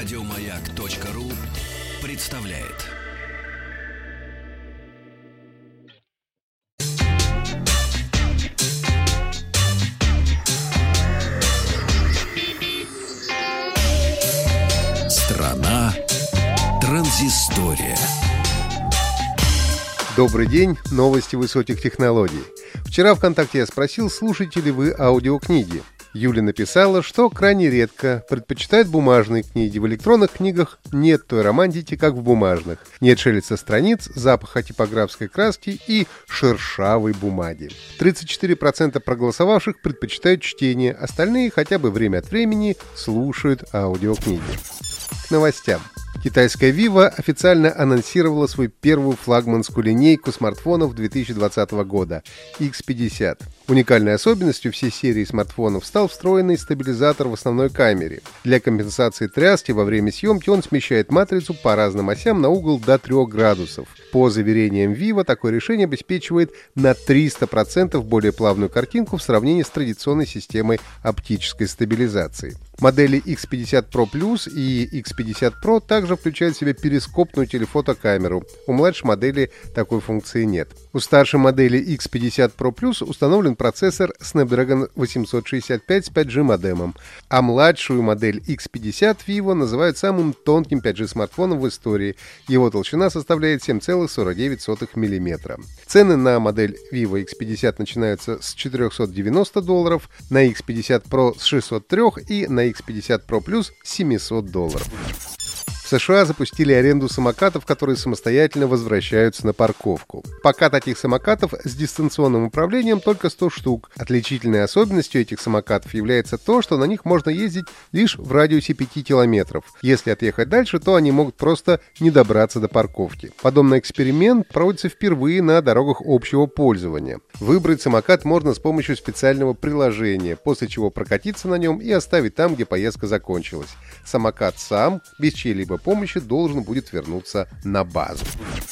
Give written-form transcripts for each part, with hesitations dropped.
Радиомаяк.ру представляет. Страна транзистория. Добрый день, новости высоких технологий. Вчера ВКонтакте я спросил, слушаете ли вы аудиокниги. Юля написала, что крайне редко предпочитает бумажные книги. В электронных книгах нет той романтики, как в бумажных. Нет шелеста страниц, запаха типографской краски и шершавой бумаги. 34% проголосовавших предпочитают чтение, остальные хотя бы время от времени слушают аудиокниги. К новостям. Китайская Vivo официально анонсировала свою первую флагманскую линейку смартфонов 2020 года – X50. Уникальной особенностью всей серии смартфонов стал встроенный стабилизатор в основной камере. Для компенсации тряски во время съемки он смещает матрицу по разным осям на угол до 3 градусов. По заверениям Vivo, такое решение обеспечивает на 300% более плавную картинку в сравнении с традиционной системой оптической стабилизации. Модели X50 Pro Plus и X50 Pro также включают в себя перископную телефотокамеру. У младшей модели такой функции нет. У старшей модели X50 Pro Plus установлен процессор Snapdragon 865 с 5G модемом, а младшую модель X50 Vivo называют самым тонким 5G смартфоном в истории. Его толщина составляет 7,49 мм. Цены на модель Vivo X50 начинаются с $490, на X50 Pro с $603 и на X50 Pro Plus с $700. В США запустили аренду самокатов, которые самостоятельно возвращаются на парковку. Пока таких самокатов с дистанционным управлением только 100 штук. Отличительной особенностью этих самокатов является то, что на них можно ездить лишь в радиусе 5 километров. Если отъехать дальше, то они могут просто не добраться до парковки. Подобный эксперимент проводится впервые на дорогах общего пользования. Выбрать самокат можно с помощью специального приложения, после чего прокатиться на нем и оставить там, где поездка закончилась. Самокат сам, без чьей-либо помощи, должен будет вернуться на базу.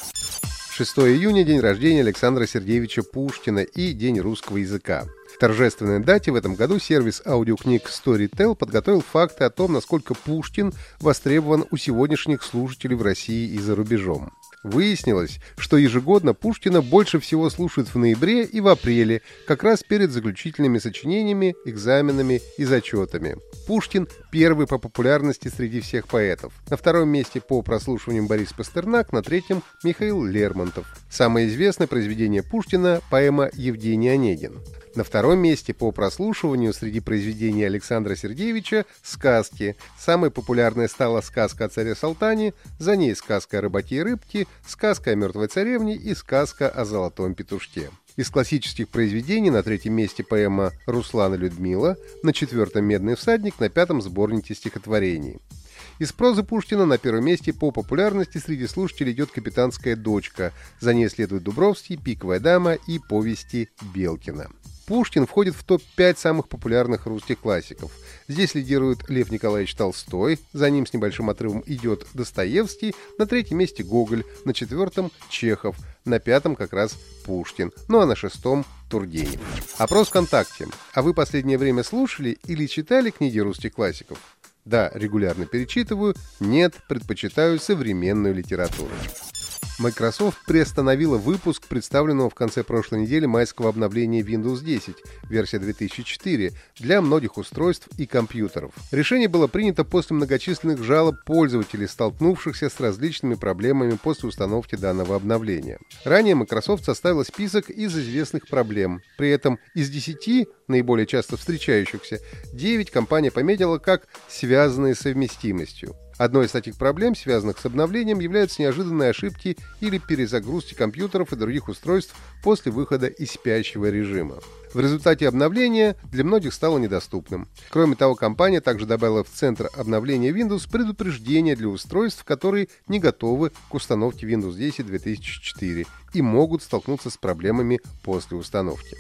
6 июня – день рождения Александра Сергеевича Пушкина и День русского языка. К торжественной дате в этом году сервис аудиокниг Storytel подготовил факты о том, насколько Пушкин востребован у сегодняшних слушателей в России и за рубежом. Выяснилось, что ежегодно Пушкина больше всего слушают в ноябре и в апреле, как раз перед заключительными сочинениями, экзаменами и зачетами. Пушкин первый по популярности среди всех поэтов. На втором месте по прослушиваниям Борис Пастернак, на третьем – Михаил Лермонтов. Самое известное произведение Пушкина – поэма «Евгений Онегин». На втором месте по прослушиванию среди произведений Александра Сергеевича – сказки. Самой популярной стала сказка о царе Салтане, за ней сказка о рыбаке и рыбке, сказка о мертвой царевне и сказка о золотом петушке. Из классических произведений на третьем месте поэма «Руслан и Людмила», на четвертом «Медный всадник», на пятом сборнике стихотворений. Из прозы Пушкина на первом месте по популярности среди слушателей идет «Капитанская дочка», за ней следует Дубровский, «Пиковая дама» и повести Белкина. Пушкин входит в топ-5 самых популярных русских классиков. Здесь лидирует Лев Николаевич Толстой, за ним с небольшим отрывом идет Достоевский, на третьем месте Гоголь, на четвертом Чехов, на пятом как раз Пушкин, ну а на шестом Тургенев. Опрос ВКонтакте. А вы последнее время слушали или читали книги русских классиков? Да, регулярно перечитываю, нет, предпочитаю современную литературу. Microsoft приостановила выпуск представленного в конце прошлой недели майского обновления Windows 10, версия 2004, для многих устройств и компьютеров. Решение было принято после многочисленных жалоб пользователей, столкнувшихся с различными проблемами после установки данного обновления. Ранее Microsoft составила список из известных проблем. При этом из 10 наиболее часто встречающихся 9 компания пометила как связанные с совместимостью. Одной из таких проблем, связанных с обновлением, являются неожиданные ошибки или перезагрузки компьютеров и других устройств после выхода из спящего режима. В результате обновления для многих стало недоступным. Кроме того, компания также добавила в центр обновления Windows предупреждения для устройств, которые не готовы к установке Windows 10 2004 и могут столкнуться с проблемами после установки.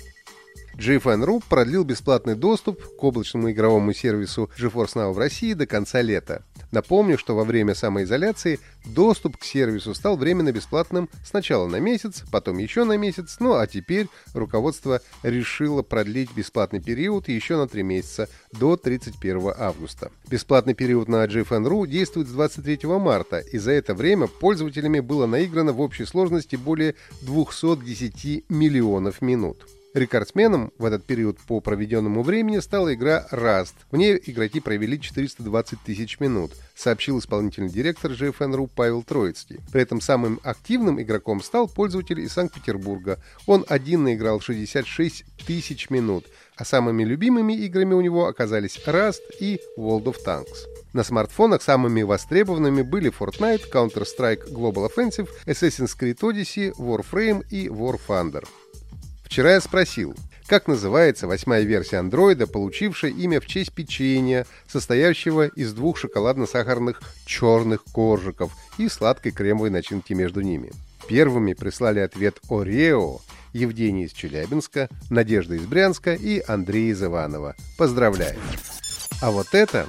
GFN.ru продлил бесплатный доступ к облачному игровому сервису GeForce Now в России до конца лета. Напомню, что во время самоизоляции доступ к сервису стал временно бесплатным сначала на месяц, потом еще на месяц, ну а теперь руководство решило продлить бесплатный период еще на 3 месяца, до 31 августа. Бесплатный период на GFN.ru действует с 23 марта, и за это время пользователями было наиграно в общей сложности более 210 миллионов минут. Рекордсменом в этот период по проведенному времени стала игра Rust. В ней игроки провели 420 тысяч минут, сообщил исполнительный директор GFN.ru Павел Троицкий. При этом самым активным игроком стал пользователь из Санкт-Петербурга. Он один наиграл 66 тысяч минут, а самыми любимыми играми у него оказались Rust и World of Tanks. На смартфонах самыми востребованными были Fortnite, Counter-Strike Global Offensive, Assassin's Creed Odyssey, Warframe и War Thunder. Вчера я спросил, как называется 8-я версия андроида, получившая имя в честь печенья, состоящего из 2 шоколадно-сахарных черных коржиков и сладкой кремовой начинки между ними. Первыми прислали ответ Орео Евгений из Челябинска, Надежда из Брянска и Андрей из Иваново. Поздравляю! А вот это...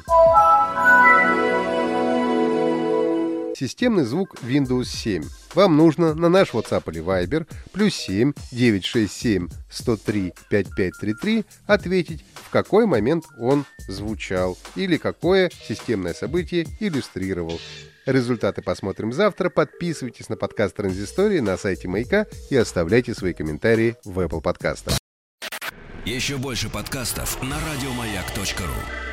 системный звук Windows 7. Вам нужно на наш WhatsApp или Viber +7 967 103 5533 ответить, в какой момент он звучал или какое системное событие иллюстрировал. Результаты посмотрим завтра. Подписывайтесь на подкаст Транзистории на сайте Маяка и оставляйте свои комментарии в Apple подкастах. Еще больше подкастов на радиомаяк.ру.